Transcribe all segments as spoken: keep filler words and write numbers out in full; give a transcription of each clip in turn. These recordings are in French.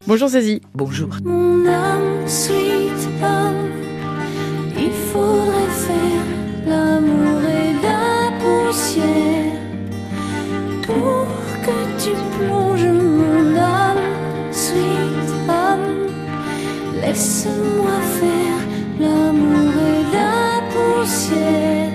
Bonjour Zazie. Bonjour. Mon âme, sweet âme, il faudrait faire l'amour et la poussière pour que tu plonges mon âme, sweet âme. Laisse-moi faire l'amour et la poussière,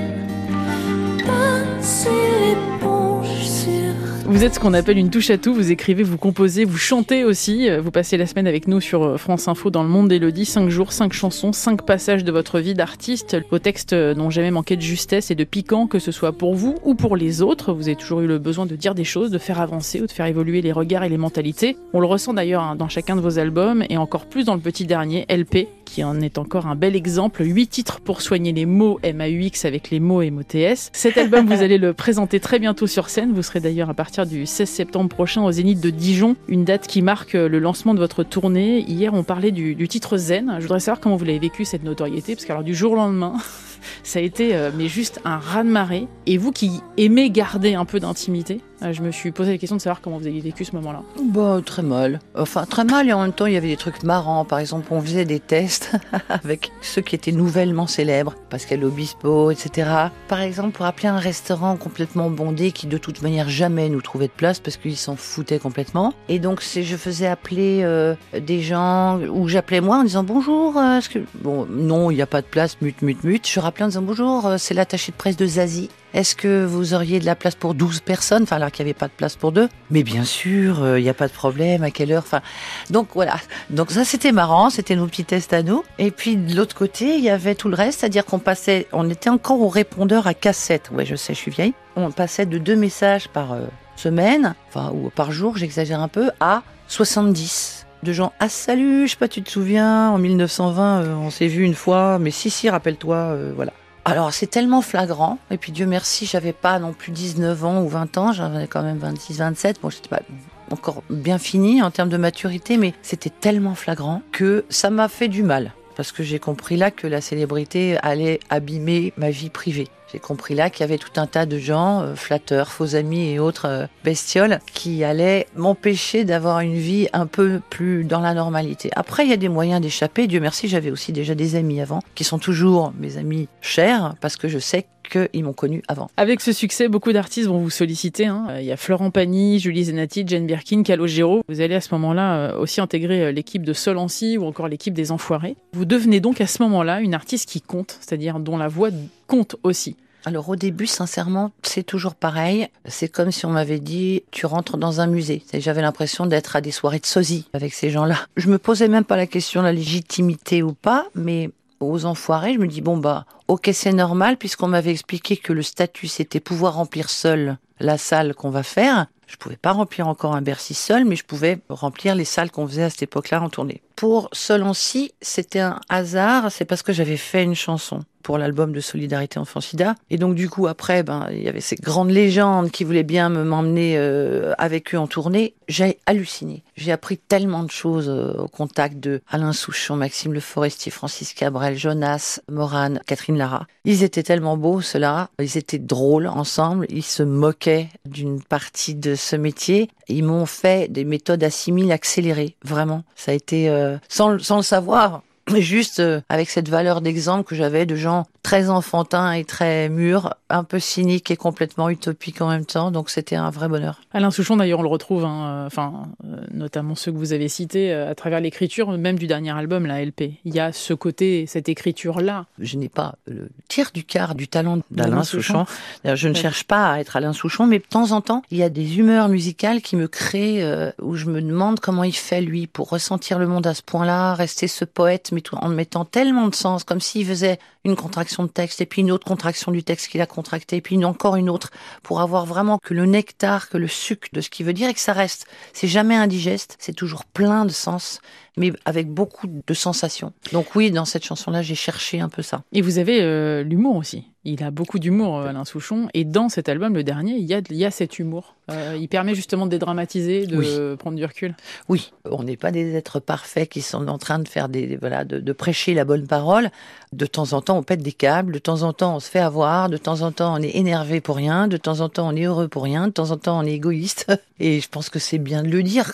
passer l'éponge sur. Vous êtes ce qu'on appelle une touche à tout, vous écrivez, vous composez, vous chantez aussi. Vous passez la semaine avec nous sur France Info dans le monde d'Élodie. Cinq jours, cinq chansons, cinq passages de votre vie d'artiste. Vos textes n'ont jamais manqué de justesse et de piquant, que ce soit pour vous ou pour les autres. Vous avez toujours eu le besoin de dire des choses, de faire avancer ou de faire évoluer les regards et les mentalités. On le ressent d'ailleurs dans chacun de vos albums et encore plus dans le petit dernier, L P, qui en est encore un bel exemple. Huit titres pour soigner les mots M A U X avec les mots M O T S. Cet album, vous allez le présenter très bientôt sur scène. Vous serez d'ailleurs à partir du seize septembre prochain au Zénith de Dijon, une date qui marque le lancement de votre tournée. Hier, on parlait du, du titre Zen. Je voudrais savoir comment vous l'avez vécu, cette notoriété, parce que alors, du jour au lendemain, ça a été euh, mais juste un raz-de-marée. Et vous qui aimez garder un peu d'intimité, euh, je me suis posé la question de savoir comment vous avez vécu ce moment-là. Bah, très mal. Enfin, très mal, et en même temps, il y avait des trucs marrants. Par exemple, on faisait des tests avec ceux qui étaient nouvellement célèbres, Pascal Obispo, et cetera. Par exemple, pour appeler un restaurant complètement bondé qui, de toute manière, jamais nous trouvait de place parce qu'ils s'en foutaient complètement. Et donc, c'est, je faisais appeler euh, des gens, ou j'appelais moi en disant bonjour. Euh, est-ce que... Bon, non, il n'y a pas de place, mute, mute, mute. Je rappelais en disant bonjour, euh, c'est l'attaché de presse de Zazie. Est-ce que vous auriez de la place pour douze personnes? Enfin, alors qu'il n'y avait pas de place pour deux. Mais bien sûr, il euh, n'y a pas de problème, à quelle heure? Enfin, donc voilà. Donc ça, c'était marrant, c'était nos petits tests à nous. Et puis, de l'autre côté, il y avait tout le reste, c'est-à-dire qu'on passait, on était encore au répondeur à cassette. Ouais, je sais, je suis vieille. On passait de deux messages par euh, semaine, enfin, ou par jour, j'exagère un peu, à soixante-dix. De gens, ah salut, je sais pas, tu te souviens, en mille neuf cent vingt, euh, on s'est vu une fois, mais si, si, rappelle-toi, euh, voilà. Alors, c'est tellement flagrant. Et puis, Dieu merci, j'avais pas non plus dix-neuf ans ou vingt ans. J'avais quand même vingt-six, vingt-sept. Bon, j'étais pas encore bien fini en termes de maturité, mais c'était tellement flagrant que ça m'a fait du mal. Parce que j'ai compris là que la célébrité allait abîmer ma vie privée. J'ai compris là qu'il y avait tout un tas de gens, euh, flatteurs, faux amis et autres euh, bestioles, qui allaient m'empêcher d'avoir une vie un peu plus dans la normalité. Après, il y a des moyens d'échapper. Dieu merci, j'avais aussi déjà des amis avant, qui sont toujours mes amis chers, parce que je sais qu'ils m'ont connu avant. Avec ce succès, beaucoup d'artistes vont vous solliciter. Hein. Il y a Florent Pagny, Julie Zenati, Jane Birkin, Calogero. Vous allez à ce moment-là aussi intégrer l'équipe de Solancy ou encore l'équipe des Enfoirés. Vous devenez donc à ce moment-là une artiste qui compte, c'est-à-dire dont la voix compte aussi. Alors au début, sincèrement, c'est toujours pareil. C'est comme si on m'avait dit, tu rentres dans un musée. J'avais l'impression d'être à des soirées de sosie avec ces gens-là. Je me posais même pas la question de la légitimité ou pas, mais aux Enfoirés, je me dis, bon bah, ok, c'est normal, puisqu'on m'avait expliqué que le statut, c'était pouvoir remplir seul la salle qu'on va faire. Je pouvais pas remplir encore un Bercy seul, mais je pouvais remplir les salles qu'on faisait à cette époque-là en tournée. Pour Solancy, c'était un hasard, c'est parce que j'avais fait une chanson pour l'album de Solidarité Enfant Sida. Et donc du coup, après, ben, il y avait ces grandes légendes qui voulaient bien me m'emmener euh, avec eux en tournée. J'ai halluciné. J'ai appris tellement de choses euh, au contact de Alain Souchon, Maxime Le Forestier, Francis Cabrel, Jonas, Morane, Catherine Lara. Ils étaient tellement beaux, ceux-là. Ils étaient drôles ensemble. Ils se moquaient d'une partie de ce métier. Ils m'ont fait des méthodes assimiles accélérées, vraiment. Ça a été, euh, sans, sans le savoir, juste euh, avec cette valeur d'exemple que j'avais de gens très enfantins et très mûrs, un peu cyniques et complètement utopiques en même temps. Donc c'était un vrai bonheur. Alain Souchon, d'ailleurs, on le retrouve, hein, enfin, euh, notamment ceux que vous avez cités, euh, à travers l'écriture, même du dernier album, la L P. Il y a ce côté, cette écriture-là. Je n'ai pas le tiers du quart du talent d'Alain Alain Souchon. Souchon. D'ailleurs, je ne ouais. cherche pas à être Alain Souchon, mais de temps en temps, il y a des humeurs musicales qui me créent, euh, où je me demande comment il fait, lui, pour ressentir le monde à ce point-là, rester ce poète, mais tout en mettant tellement de sens, comme s'il faisait une contraction de texte, et puis une autre contraction du texte qu'il a contracté, et puis une, encore une autre, pour avoir vraiment que le nectar, que le sucre de ce qu'il veut dire, et que ça reste. C'est jamais indigeste, c'est toujours plein de sens, mais avec beaucoup de sensations. Donc oui, dans cette chanson-là, j'ai cherché un peu ça. Et vous avez euh, l'humour aussi. Il a beaucoup d'humour, Alain Souchon. Et dans cet album, le dernier, il y a, il y a cet humour. Euh, il permet justement de dédramatiser, de oui. prendre du recul. Oui, on n'est pas des êtres parfaits qui sont en train de faire des, voilà, de, de prêcher la bonne parole. De temps en temps, on pète des câbles. De temps en temps, on se fait avoir. De temps en temps, on est énervé pour rien. De temps en temps, on est heureux pour rien. De temps en temps, on est égoïste. Et je pense que c'est bien de le dire, quoi.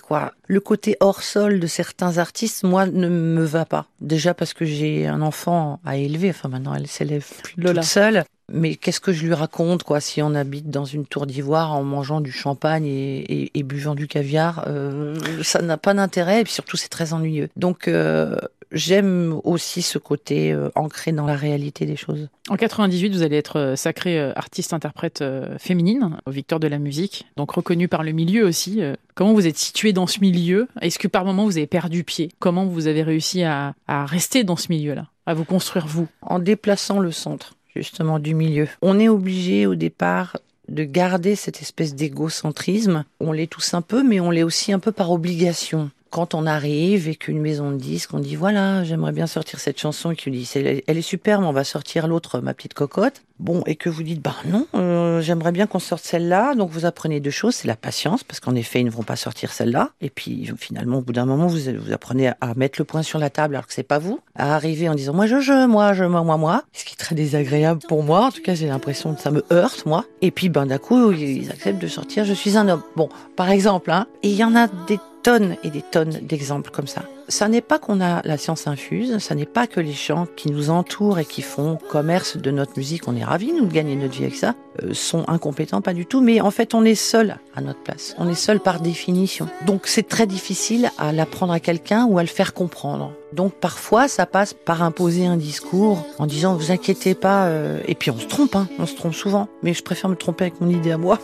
Le côté hors sol de certains artistes, moi, ne me va pas. Déjà parce que j'ai un enfant à élever. Enfin, maintenant, elle s'élève plus toute seule. Mais qu'est-ce que je lui raconte, quoi, si on habite dans une tour d'ivoire en mangeant du champagne et, et, et buvant du caviar, euh, ça n'a pas d'intérêt et puis surtout c'est très ennuyeux. Donc euh, j'aime aussi ce côté euh, ancré dans la réalité des choses. En quatre-vingt-dix-huit, vous allez être sacrée artiste-interprète féminine aux Victoires de la musique, donc reconnue par le milieu aussi. Comment vous êtes située dans ce milieu ? Est-ce que par moment vous avez perdu pied ? Comment vous avez réussi à, à rester dans ce milieu-là, à vous construire vous ? En déplaçant le centre. Justement du milieu. On est obligé au départ de garder cette espèce d'égocentrisme. On l'est tous un peu, mais on l'est aussi un peu par obligation. Quand on arrive et qu'une maison de disques, on dit voilà, j'aimerais bien sortir cette chanson, et qu'ils disent elle est super, mais on va sortir l'autre, ma petite cocotte. Bon, et que vous dites bah non, euh, j'aimerais bien qu'on sorte celle-là. Donc vous apprenez deux choses, c'est la patience, parce qu'en effet ils ne vont pas sortir celle-là. Et puis finalement, au bout d'un moment, vous, vous apprenez à mettre le poing sur la table alors que c'est pas vous, à arriver en disant moi je je, moi je, moi moi moi, ce qui est très désagréable pour moi. En tout cas, j'ai l'impression que ça me heurte moi. Et puis ben d'un coup, ils acceptent de sortir. Je suis un homme. Bon, par exemple, hein. Et il y en a des tonnes et des tonnes d'exemples comme ça. Ça n'est pas qu'on a la science infuse, ça n'est pas que les gens qui nous entourent et qui font commerce de notre musique, on est ravis nous de gagner notre vie avec ça, euh, sont incompétents, pas du tout, mais en fait on est seul à notre place, on est seul par définition. Donc c'est très difficile à l'apprendre à quelqu'un ou à le faire comprendre. Donc parfois ça passe par imposer un discours en disant vous inquiétez pas, euh... et puis on se trompe, hein, on se trompe souvent, mais je préfère me tromper avec mon idée à moi.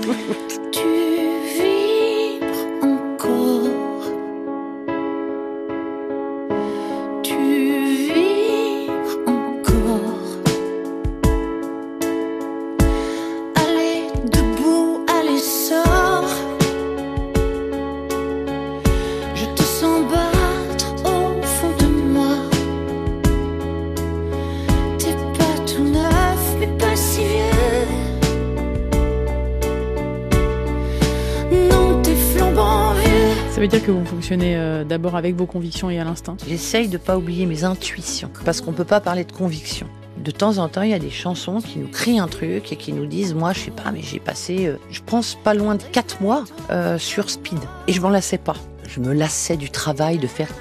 Ça veut dire que vous fonctionnez euh, d'abord avec vos convictions et à l'instinct ? J'essaye de ne pas oublier mes intuitions, parce qu'on ne peut pas parler de conviction. De temps en temps, il y a des chansons qui nous crient un truc et qui nous disent, moi, je sais pas, mais j'ai passé, euh, je pense, pas loin de quatre mois euh, sur speed. Et je m'en lassais pas. Je me lassais du travail de faire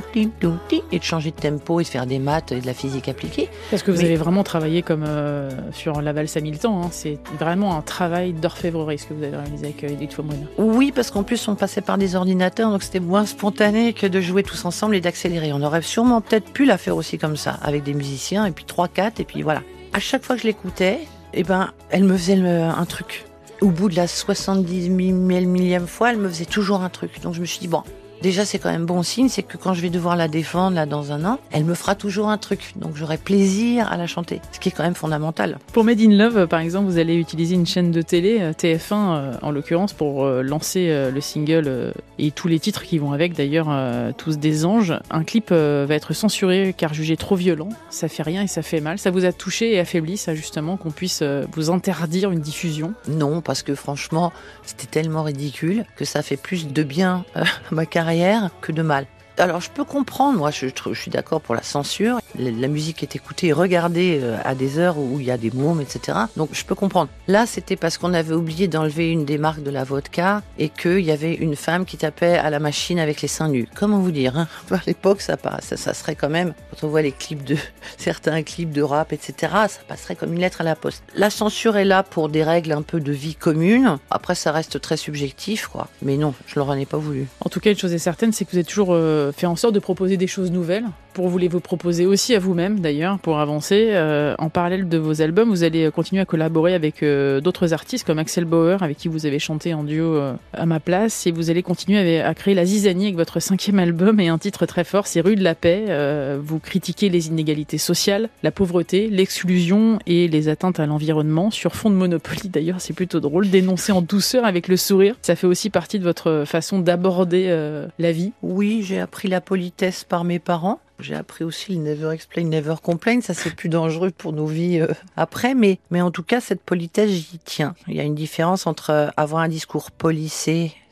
et de changer de tempo et de faire des maths et de la physique appliquée. Parce que vous mais... avez vraiment travaillé comme euh, sur la valse à mille temps. Hein. C'est vraiment un travail d'orfèvrerie ce que vous avez réalisé avec Edith Fomoine. Oui, parce qu'en plus on passait par des ordinateurs, donc c'était moins spontané que de jouer tous ensemble et d'accélérer. On aurait sûrement peut-être pu la faire aussi comme ça, avec des musiciens et puis trois, quatre et puis voilà. À chaque fois que je l'écoutais, eh ben, elle me faisait le, un truc. Au bout de la soixante-dix millième fois, elle me faisait toujours un truc. Donc je me suis dit, bon, déjà c'est quand même bon signe, c'est que quand je vais devoir la défendre là dans un an, elle me fera toujours un truc. Donc j'aurai plaisir à la chanter, ce qui est quand même fondamental. Pour Made in Love, par exemple, vous allez utiliser une chaîne de télé, T F un euh, en l'occurrence, pour euh, lancer euh, le single euh, et tous les titres qui vont avec, d'ailleurs, euh, tous des anges. Un clip euh, va être censuré car jugé trop violent. Ça fait rien et ça fait mal. Ça vous a touché et affaibli, ça justement, qu'on puisse euh, vous interdire une diffusion ? Non, parce que franchement, c'était tellement ridicule que ça fait plus de bien euh, à ma carrière que de mal. Alors je peux comprendre, moi je, je suis d'accord pour la censure, la, la musique est écoutée et regardée euh, à des heures où il y a des mômes, et cetera. Donc je peux comprendre. Là c'était parce qu'on avait oublié d'enlever une des marques de la vodka et qu'il y avait une femme qui tapait à la machine avec les seins nus. Comment vous dire, hein, à l'époque ça, ça, ça serait quand même, quand on voit les clips de, certains clips de rap, et cetera, ça passerait comme une lettre à la poste. La censure est là pour des règles un peu de vie commune, après ça reste très subjectif, quoi. Mais non, je leur en ai pas voulu. En tout cas, une chose est certaine, c'est que vous êtes toujours... Euh fait en sorte de proposer des choses nouvelles, pour vous les vous proposer aussi à vous-même d'ailleurs, pour avancer. Euh, en parallèle de vos albums, vous allez continuer à collaborer avec euh, d'autres artistes comme Axel Bauer, avec qui vous avez chanté en duo euh, à ma place, et vous allez continuer à, à créer la zizanie avec votre cinquième album, et un titre très fort, c'est Rue de la Paix. Euh, vous critiquez les inégalités sociales, la pauvreté, l'exclusion et les atteintes à l'environnement, sur fond de Monopoly d'ailleurs, c'est plutôt drôle, dénoncé en douceur avec le sourire. Ça fait aussi partie de votre façon d'aborder euh, la vie. Oui, j'ai appris la politesse par mes parents. J'ai appris aussi le never explain, never complain. Ça, c'est plus dangereux pour nos vies euh, après. Mais, mais en tout cas, cette politesse, j'y tiens. Il y a une différence entre avoir un discours policé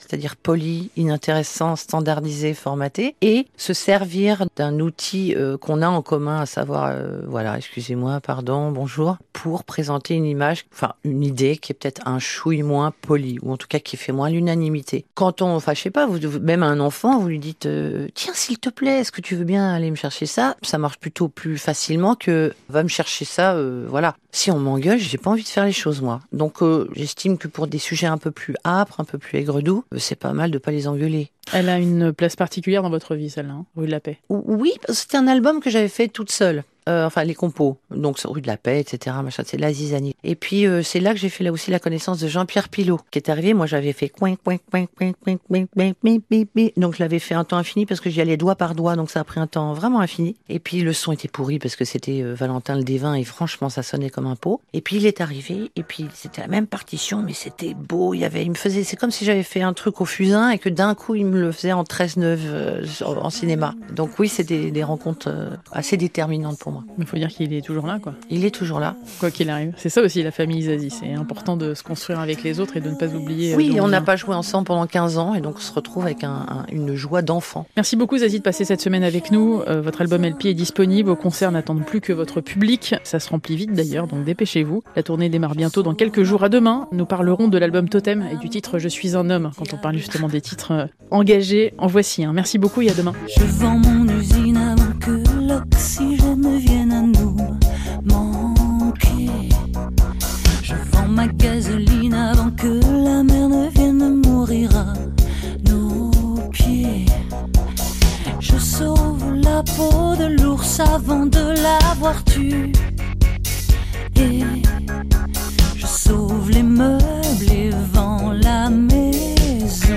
c'est-à-dire poli, inintéressant, standardisé, formaté, et se servir d'un outil euh, qu'on a en commun, à savoir, euh, voilà, excusez-moi, pardon, bonjour, pour présenter une image, enfin une idée qui est peut-être un chouille moins poli, ou en tout cas qui fait moins l'unanimité. Quand on, enfin je sais pas, vous, même à un enfant, vous lui dites, euh, tiens s'il te plaît, est-ce que tu veux bien aller me chercher ça ? Ça marche plutôt plus facilement que va me chercher ça, euh, voilà. Si on m'engueule, j'ai pas envie de faire les choses moi. Donc euh, j'estime que pour des sujets un peu plus âpres, un peu plus aigre-doux, euh, c'est pas mal de pas les engueuler. Elle a une place particulière dans votre vie, celle-là, hein, Rue de la Paix. Oui, c'était un album que j'avais fait toute seule. Euh, enfin, les compos. Donc, Rue de la Paix, et cetera. Machin, c'est la zizanie. Et puis, euh, c'est là que j'ai fait là aussi la connaissance de Jean-Pierre Pilot, qui est arrivé. Moi, j'avais fait coin, coin, coin, coin, coin, coin, coin, coin, coin, coin. Donc, je l'avais fait un temps infini parce que j'y allais doigt par doigt. Donc, ça a pris un temps vraiment infini. Et puis, le son était pourri parce que c'était euh, Valentin le Dévin et franchement, ça sonnait comme un pot. Et puis, il est arrivé. Et puis, c'était la même partition, mais c'était beau. Il y avait, il me faisait, c'est comme si j'avais fait un truc au fusain et que d'un coup, il me le faisait en treize neuf euh, en cinéma. Donc, oui, c'est des, des rencontres euh, assez déterminantes pour moi. Il faut dire qu'il est toujours là, quoi. Il est toujours là. Quoi qu'il arrive. C'est ça aussi la famille Zazie. C'est important de se construire avec les autres et de ne pas oublier. Oui, on n'a pas joué ensemble pendant quinze ans et donc on se retrouve avec un, un, une joie d'enfant. Merci beaucoup Zazie de passer cette semaine avec nous. Euh, votre album L P est disponible. Vos concerts n'attendent plus que votre public. Ça se remplit vite d'ailleurs, donc dépêchez-vous. La tournée démarre bientôt dans quelques jours. À demain, nous parlerons de l'album Totem et du titre Je suis un homme, quand on parle justement des titres euh, engagés. En voici un. Merci beaucoup et à demain. Je vends mon usine avant que l'oxygène vienne à nous manquer. Je vends ma gasoline avant que la mer ne vienne mourir à nos pieds. Je sauve la peau de l'ours avant de l'avoir tué. Et je sauve les meubles et vends la maison.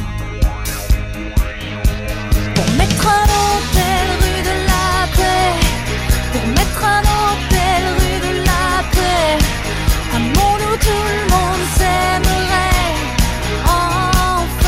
Pour mettre un hôtel rue de la Paix, pour mettre un hôtel rue de la Paix, un monde où tout le monde s'aimerait, enfin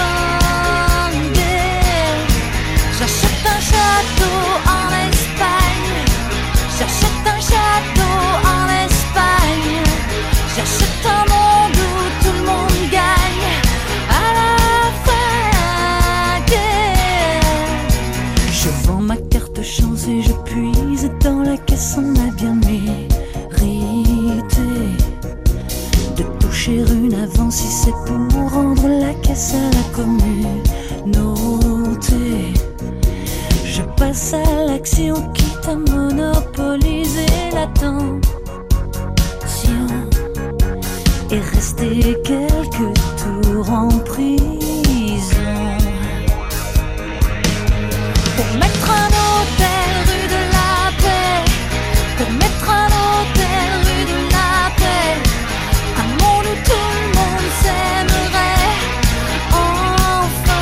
gay. J'achète un château en Espagne, j'achète un château en Espagne, j'achète un monde où tout le monde gagne, à la fin gay. Je vends ma carte chance et je puise dans la caisse, on a bien mérité de toucher une avance si c'est pour rendre la caisse à la communauté. Je passe à l'action quitte à monopoliser l'attention et rester quelques tours en prison. Pour mettre un hôtel rue de la Paix, pour mettre un hôtel rue de la Paix, un monde où tout le monde s'aimerait, enfin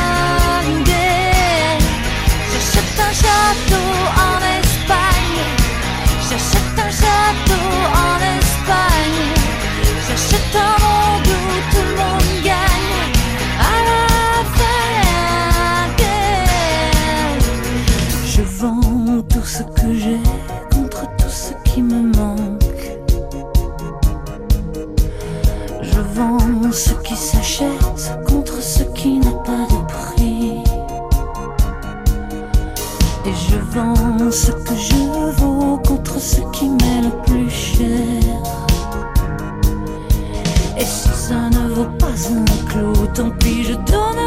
gay. J'achète un château en Espagne, j'achète un château en Espagne, j'achète un monde où tout le monde gagne, à la fin gay. Je vends tout ce que j'ai contre tout ce qui me manque. Je vends ce qui s'achète contre ce qui n'a pas de prix. Et je vends ce que je vaux contre ce qui m'est le plus cher. Et si ça ne vaut pas un clou, tant pis, je donne